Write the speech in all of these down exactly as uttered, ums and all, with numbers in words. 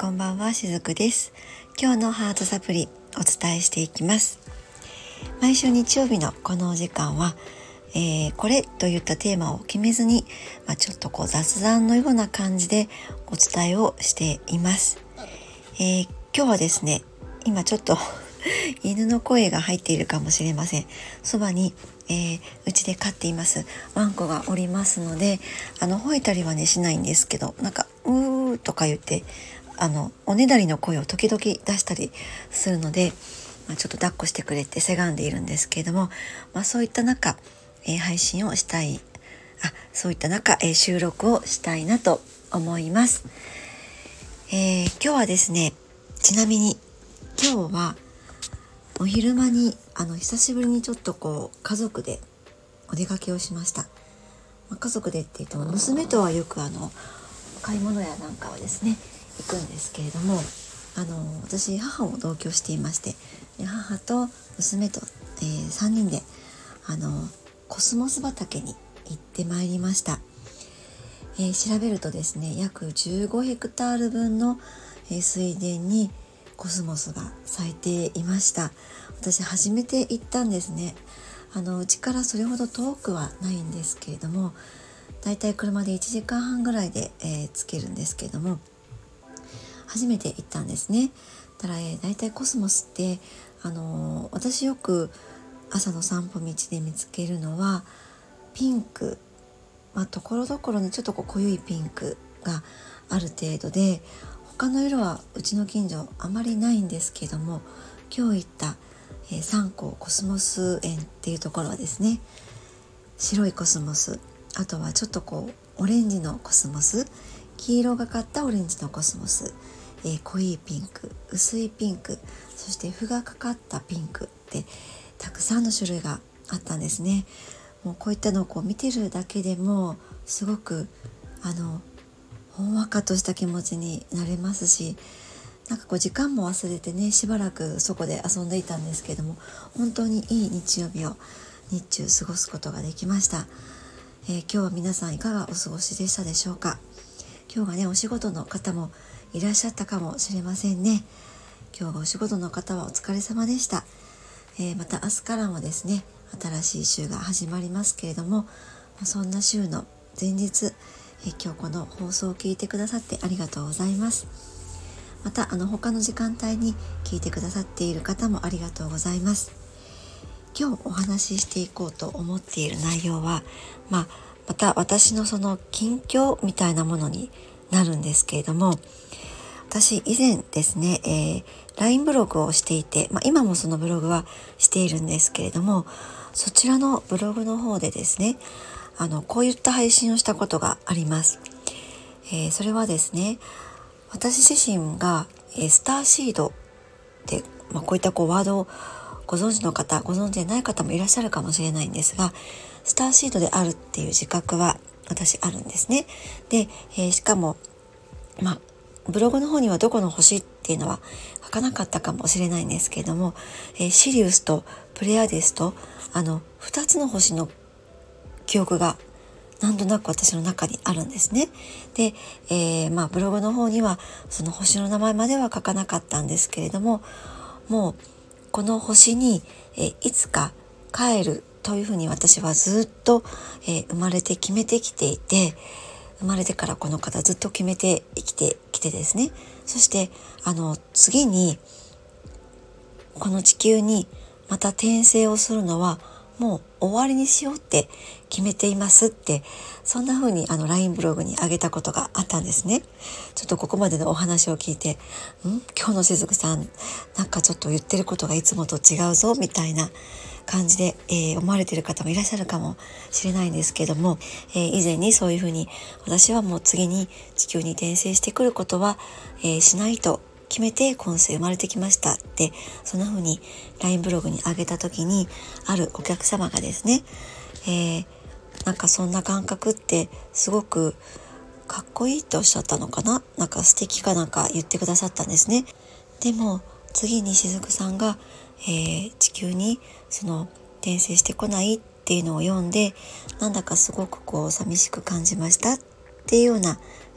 こんばんは、しずくです。今日のハートサプリお伝えしていきます。毎週日曜日のこのお時間は、えー、これといったテーマを決めずに、まあ、ちょっとこう雑談のような感じでお伝えをしています。えー、今日はですね、今ちょっと犬の声が入っているかもしれません。そばに、えー、うちで飼っていますワンコがおりますので、あの吠えたりはねしないんですけど、なんかうーとか言ってあのおねだりの声を時々出したりするので、まあ、ちょっと抱っこしてくれってせがんでいるんですけれども、まあ、そういった中、えー、配信をしたいあそういった中、えー、収録をしたいなと思います。えー、今日はですね、ちなみに今日はお昼間にあの久しぶりにちょっとこう家族でお出かけをしました。まあ、家族でって言っても娘とはよくあの買い物やなんかはですね行くんですけれども、あの私母も同居していまして、母と娘と、えー、さんにんであのコスモス畑に行ってまいりました。えー、調べるとですね、約じゅうごヘクタール分の、えー、水田にコスモスが咲いていました。私初めて行ったんですね。あのうちからそれほど遠くはないんですけれども、だいたい車でいちじかんはんぐらいで、えー、着けるんですけれども、初めて行ったんですね。ただ、えー、だいたいコスモスって、あのー、私よく朝の散歩道で見つけるのはピンク、まあ、ところどころにちょっとこう濃いピンクがある程度で、他の色はうちの近所あまりないんですけども、今日行った、えー、三甲コスモス園っていうところはですね、白いコスモス、あとはちょっとこうオレンジのコスモス、黄色がかったオレンジのコスモス、えー、濃いピンク、薄いピンク、そして斑がかかったピンクってたくさんの種類があったんですね。もうこういったのをこう見てるだけでもすごくあのほんわかとした気持ちになれますし、なんかこう時間も忘れてね、しばらくそこで遊んでいたんですけども、本当にいい日曜日を日中過ごすことができました。えー、今日は皆さんいかがお過ごしでしたでしょうか。今日がねお仕事の方もいらっしゃったかもしれませんね。今日がお仕事の方はお疲れ様でした。えー、また明日からもですね、新しい週が始まりますけれども、そんな週の前日、えー、今日この放送を聞いてくださってありがとうございます。またあの他の時間帯に聞いてくださっている方もありがとうございます。今日お話ししていこうと思っている内容は、まあ、また私のその近況みたいなものになるんですけれども、私以前ですね、えー、ライン ブログをしていて、まあ、今もそのブログはしているんですけれども、そちらのブログの方でですね、あのこういった配信をしたことがあります。えー、それはですね、私自身が、えー、スターシードって、まあ、こういったこうワードをご存知の方、ご存知でない方もいらっしゃるかもしれないんですが、スターシードであるっていう自覚は私あるんですね。で、えー、しかもまあブログの方にはどこの星っていうのは書かなかったかもしれないんですけれども、えー、シリウスとプレアデスとあのふたつの星の記憶がなんとなく私の中にあるんですね。で、えー、まあブログの方にはその星の名前までは書かなかったんですけれども、もうこの星に、えー、いつか帰るというふうに私はずっと、えー、生まれて決めてきていて、生まれてからこの方ずっと決めて生きてきてですね、そしてあの次にこの地球にまた転生をするのはもう終わりにしようって決めていますって、そんな風にあの ライン ブログに上げたことがあったんですね。ちょっとここまでのお話を聞いて、ん今日のしずくさんなんかちょっと言ってることがいつもと違うぞみたいな感じで、えー、思われている方もいらっしゃるかもしれないんですけども、えー、以前にそういう風に私はもう次に地球に転生してくることは、えー、しないと決めて今世生まれてきましたって、そんな風に ライン ブログに上げた時に、あるお客様がですね、えー、なんかそんな感覚ってすごくかっこいいっておっしゃったのかな、なんか素敵かなんか言ってくださったんですね。でも次にしずくさんが、えー、地球にその転生してこないっていうのを読んで、なんだかすごくこう寂しく感じましたっていうような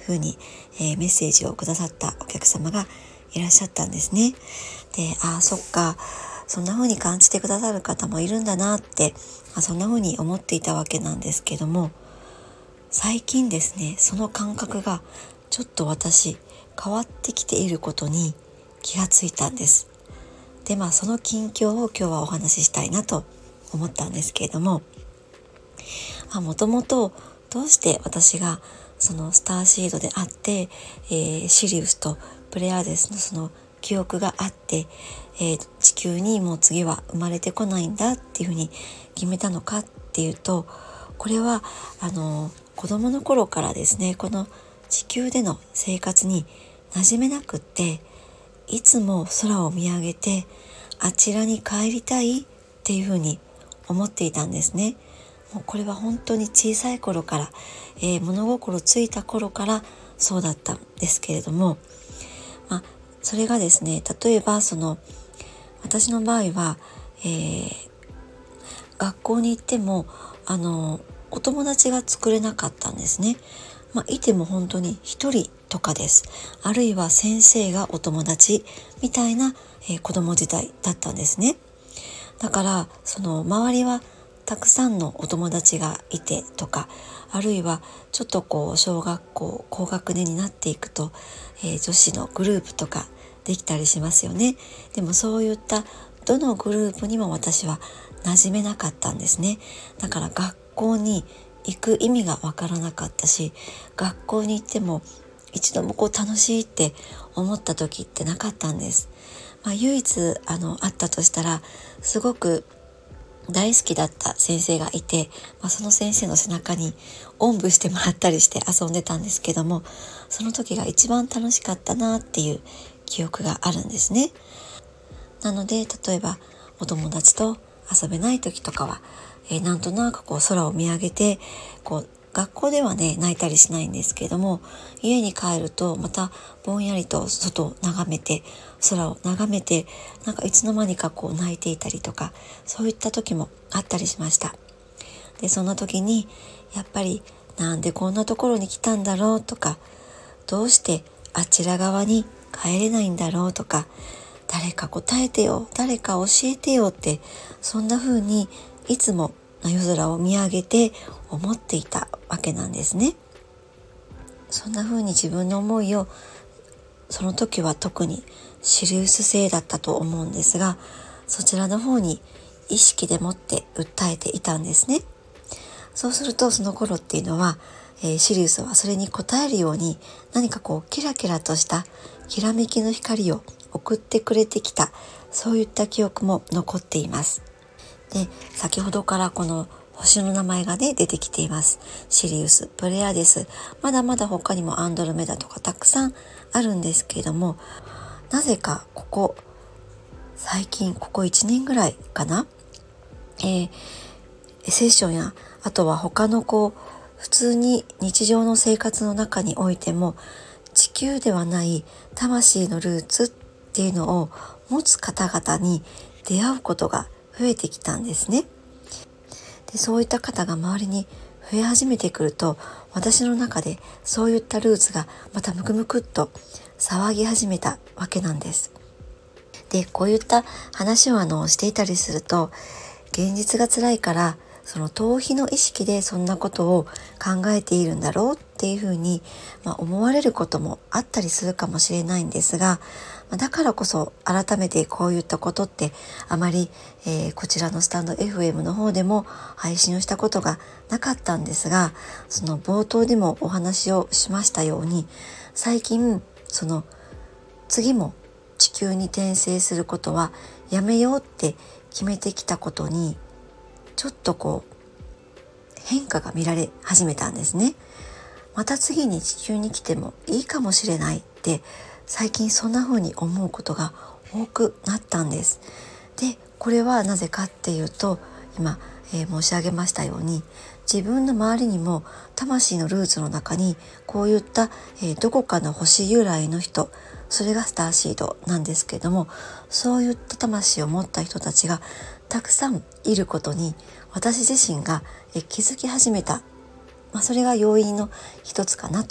ふうに、えー、メッセージをくださったお客様がいらっしゃったんですね。で、ああそっか、そんな風に感じてくださる方もいるんだなって、まあ、そんな風に思っていたわけなんですけども、最近ですね、その感覚がちょっと私変わってきていることに気がついたんです。で、まあその近況を今日はお話ししたいなと思ったんですけれども、もともとどうして私がそのスターシードであって、えー、シリウスとプレアデスのその記憶があって、えー、地球にもう次は生まれてこないんだっていうふうに決めたのかっていうと、これはあの子供の頃からですね、この地球での生活に馴染めなくって、いつも空を見上げてあちらに帰りたいっていうふうに思っていたんですね。もうこれは本当に小さい頃から、えー、物心ついた頃からそうだったんですけれども、まあ、それがですね、例えばその私の場合は、えー、学校に行ってもあのお友達が作れなかったんですね。まあ、いても本当に一人とかです。あるいは先生がお友達みたいな、えー、子供時代だったんですね。だからその周りはたくさんのお友達がいてとか、あるいはちょっとこう小学校高学年になっていくと、えー、女子のグループとかできたりしますよね。でもそういったどのグループにも私は馴染めなかったんですね。だから学校に行く意味がわからなかったし、学校に行っても一度もこう楽しいって思った時ってなかったんです。まあ、唯一あのあったとしたら、すごく大好きだった先生がいて、まあ、その先生の背中におんぶしてもらったりして遊んでたんですけども、その時が一番楽しかったなっていう記憶があるんですね。なので例えばお友達と遊べない時とかは、えー、なんとなくこう空を見上げて、こう学校ではね泣いたりしないんですけども、家に帰るとまたぼんやりと外を眺めて、空を眺めて、なんかいつの間にかこう泣いていたりとか、そういった時もあったりしました。でそんな時にやっぱりなんでこんなところに来たんだろうとか、どうしてあちら側に帰れないんだろうとか、誰か答えてよ、誰か教えてよって、そんな風にいつも夜空を見上げて思っていたわけなんですね。そんな風に自分の思いを、その時は特にシリウス星だったと思うんですが、そちらの方に意識でもって訴えていたんですね。そうするとその頃っていうのは、えー、シリウスはそれに応えるように何かこうキラキラとしたきらめきの光を送ってくれてきた、そういった記憶も残っています。で、先ほどからこの星の名前がね出てきています。シリウス、プレアデス、まだまだ他にもアンドロメダとかたくさんあるんですけれども、なぜかここ最近ここいちねんぐらいかな、えー、セッションやあとは他のこう普通に日常の生活の中においても、地球ではない魂のルーツっていうのを持つ方々に出会うことが増えてきたんですね。でそういった方が周りに増え始めてくると、私の中でそういったルーツがまたムクムクっと騒ぎ始めたわけなんです。でこういった話をあのしていたりすると、現実が辛いからその逃避の意識でそんなことを考えているんだろうっていうふうに、まあ、思われることもあったりするかもしれないんですが、だからこそ改めてこういったことってあまり、えー、こちらのスタンド エフエム の方でも配信をしたことがなかったんですが、その冒頭でもお話をしましたように、最近その次も地球に転生することはやめようって決めてきたことに、ちょっとこう変化が見られ始めたんですね。また次に地球に来てもいいかもしれないって最近そんな風に思うことが多くなったんです。でこれはなぜかっていうと、今、えー、申し上げましたように、自分の周りにも魂のルーツの中にこういった、えー、どこかの星由来の人、それがスターシードなんですけれども、そういった魂を持った人たちがたくさんいることに私自身が気づき始めた、まあ、それが要因の一つかなと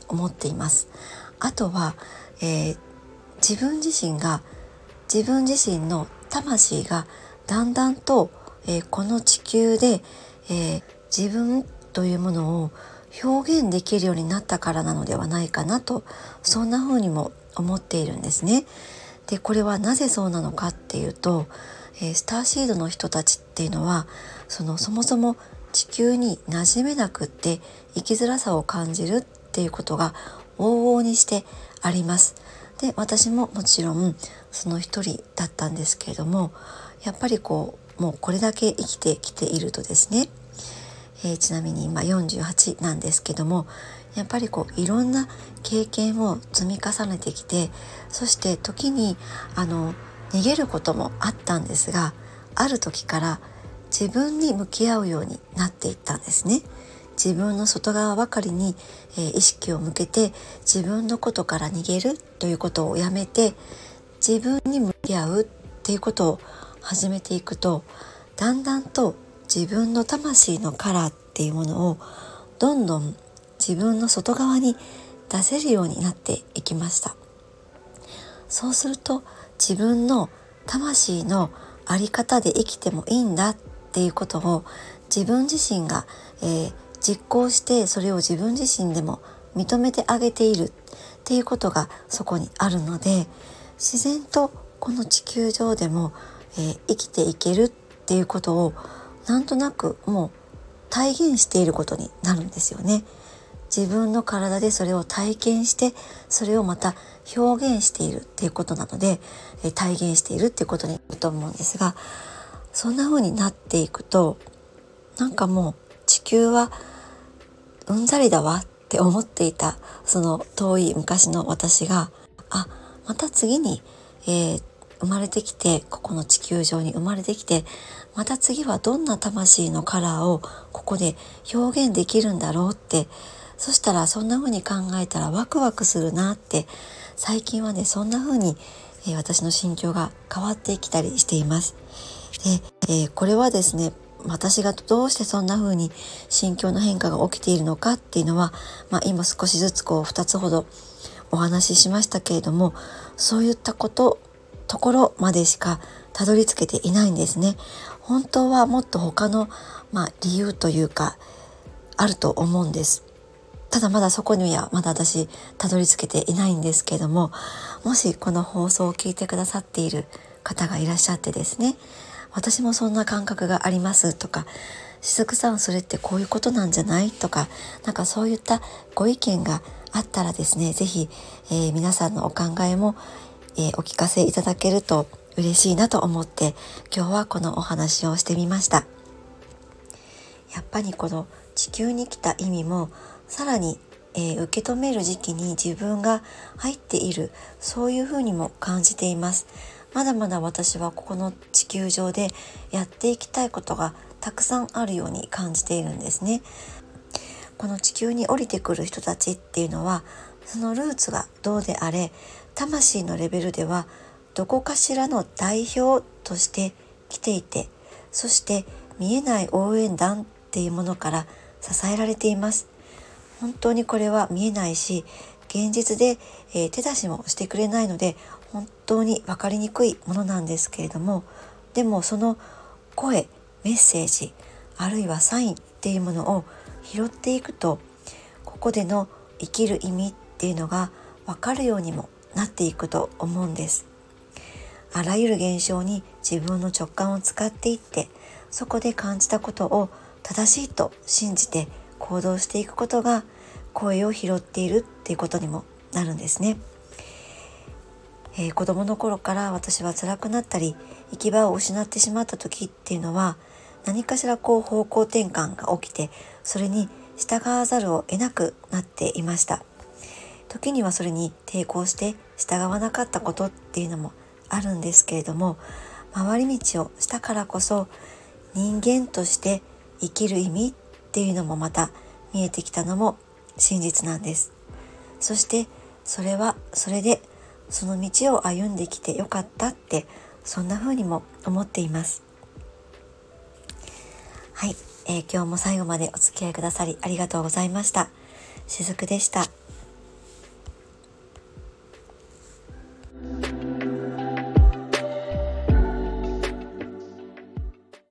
思っています。あとは、えー、自分自身が自分自身の魂がだんだんと、えー、この地球で、えー、自分というものを表現できるようになったからなのではないかなと、そんな風にも思っているんですね。でこれはなぜそうなのかっていうと、えー、スターシードの人たちっていうのはそのそもそも地球に馴染めなくって生きづらさを感じるっていうことが往々にしてあります。で私ももちろんその一人だったんですけれども、やっぱりこうもうこれだけ生きてきているとですね、えー、ちなみに今よんじゅうはちなんですけども、やっぱりこういろんな経験を積み重ねてきて、そして時にあの逃げることもあったんですが、ある時から自分に向き合うようになっていったんですね。自分の外側ばかりに、えー、意識を向けて自分のことから逃げるということをやめて、自分に向き合うっていうことを始めていくと、だんだんと自分の魂のカラーっていうものをどんどん自分の外側に出せるようになっていきました。そうすると自分の魂の在り方で生きてもいいんだっていうことを自分自身が、えー、実行して、それを自分自身でも認めてあげているっていうことがそこにあるので、自然とこの地球上でも、えー、生きていけるっていうことをなんとなくもう体現していることになるんですよね。自分の体でそれを体験して、それをまた表現しているっていうことなので、えー、体現しているっていうことになると思うんですが、そんな風になっていくと、なんかもう地球はうんざりだわって思っていたその遠い昔の私が、あ、また次に、えー、生まれてきて、ここの地球上に生まれてきて、また次はどんな魂のカラーをここで表現できるんだろうって、そしたらそんな風に考えたらワクワクするなって、最近はねそんな風に、えー、私の心境が変わってきたりしています。で、えー、これはですね、私がどうしてそんな風に心境の変化が起きているのかっていうのは、まあ、今少しずつこうふたつほどお話ししましたけれども、そういったことところまでしかたどり着けていないんですね。本当はもっと他の、まあ、理由というかあると思うんです。ただまだそこにはまだ私たどり着けていないんですけれども、もしこの放送を聞いてくださっている方がいらっしゃってですね、私もそんな感覚がありますとか、しずくさんそれってこういうことなんじゃないとか、なんかそういったご意見があったらですね、ぜひ、えー、皆さんのお考えも、えー、お聞かせいただけると嬉しいなと思って今日はこのお話をしてみました。やっぱりこの地球に来た意味もさらに、えー、受け止める時期に自分が入っている、そういうふうにも感じています。まだまだ私はここの地球上でやっていきたいことがたくさんあるように感じているんですね。この地球に降りてくる人たちっていうのは、そのルーツがどうであれ、魂のレベルではどこかしらの代表として来ていて、そして見えない応援団っていうものから支えられています。本当にこれは見えないし、現実で、えー、手出しもしてくれないので本当に分かりにくいものなんですけれども、でもその声、メッセージ、あるいはサインっていうものを拾っていくと、ここでの生きる意味っていうのが分かるようにもなっていくと思うんです。あらゆる現象に自分の直感を使っていって、そこで感じたことを正しいと信じて行動していくことが声を拾っているっていうことにもなるんですね。えー、子供の頃から私は辛くなったり行き場を失ってしまった時っていうのは、何かしらこう方向転換が起きて、それに従わざるを得なくなっていました。時にはそれに抵抗して従わなかったことっていうのもあるんですけれども、回り道をしたからこそ人間として生きる意味っていうのもまた見えてきたのも真実なんです。そしてそれはそれでその道を歩んできてよかったって、そんな風にも思っています。はい、えー、今日も最後までお付き合いくださりありがとうございました。しずくでした。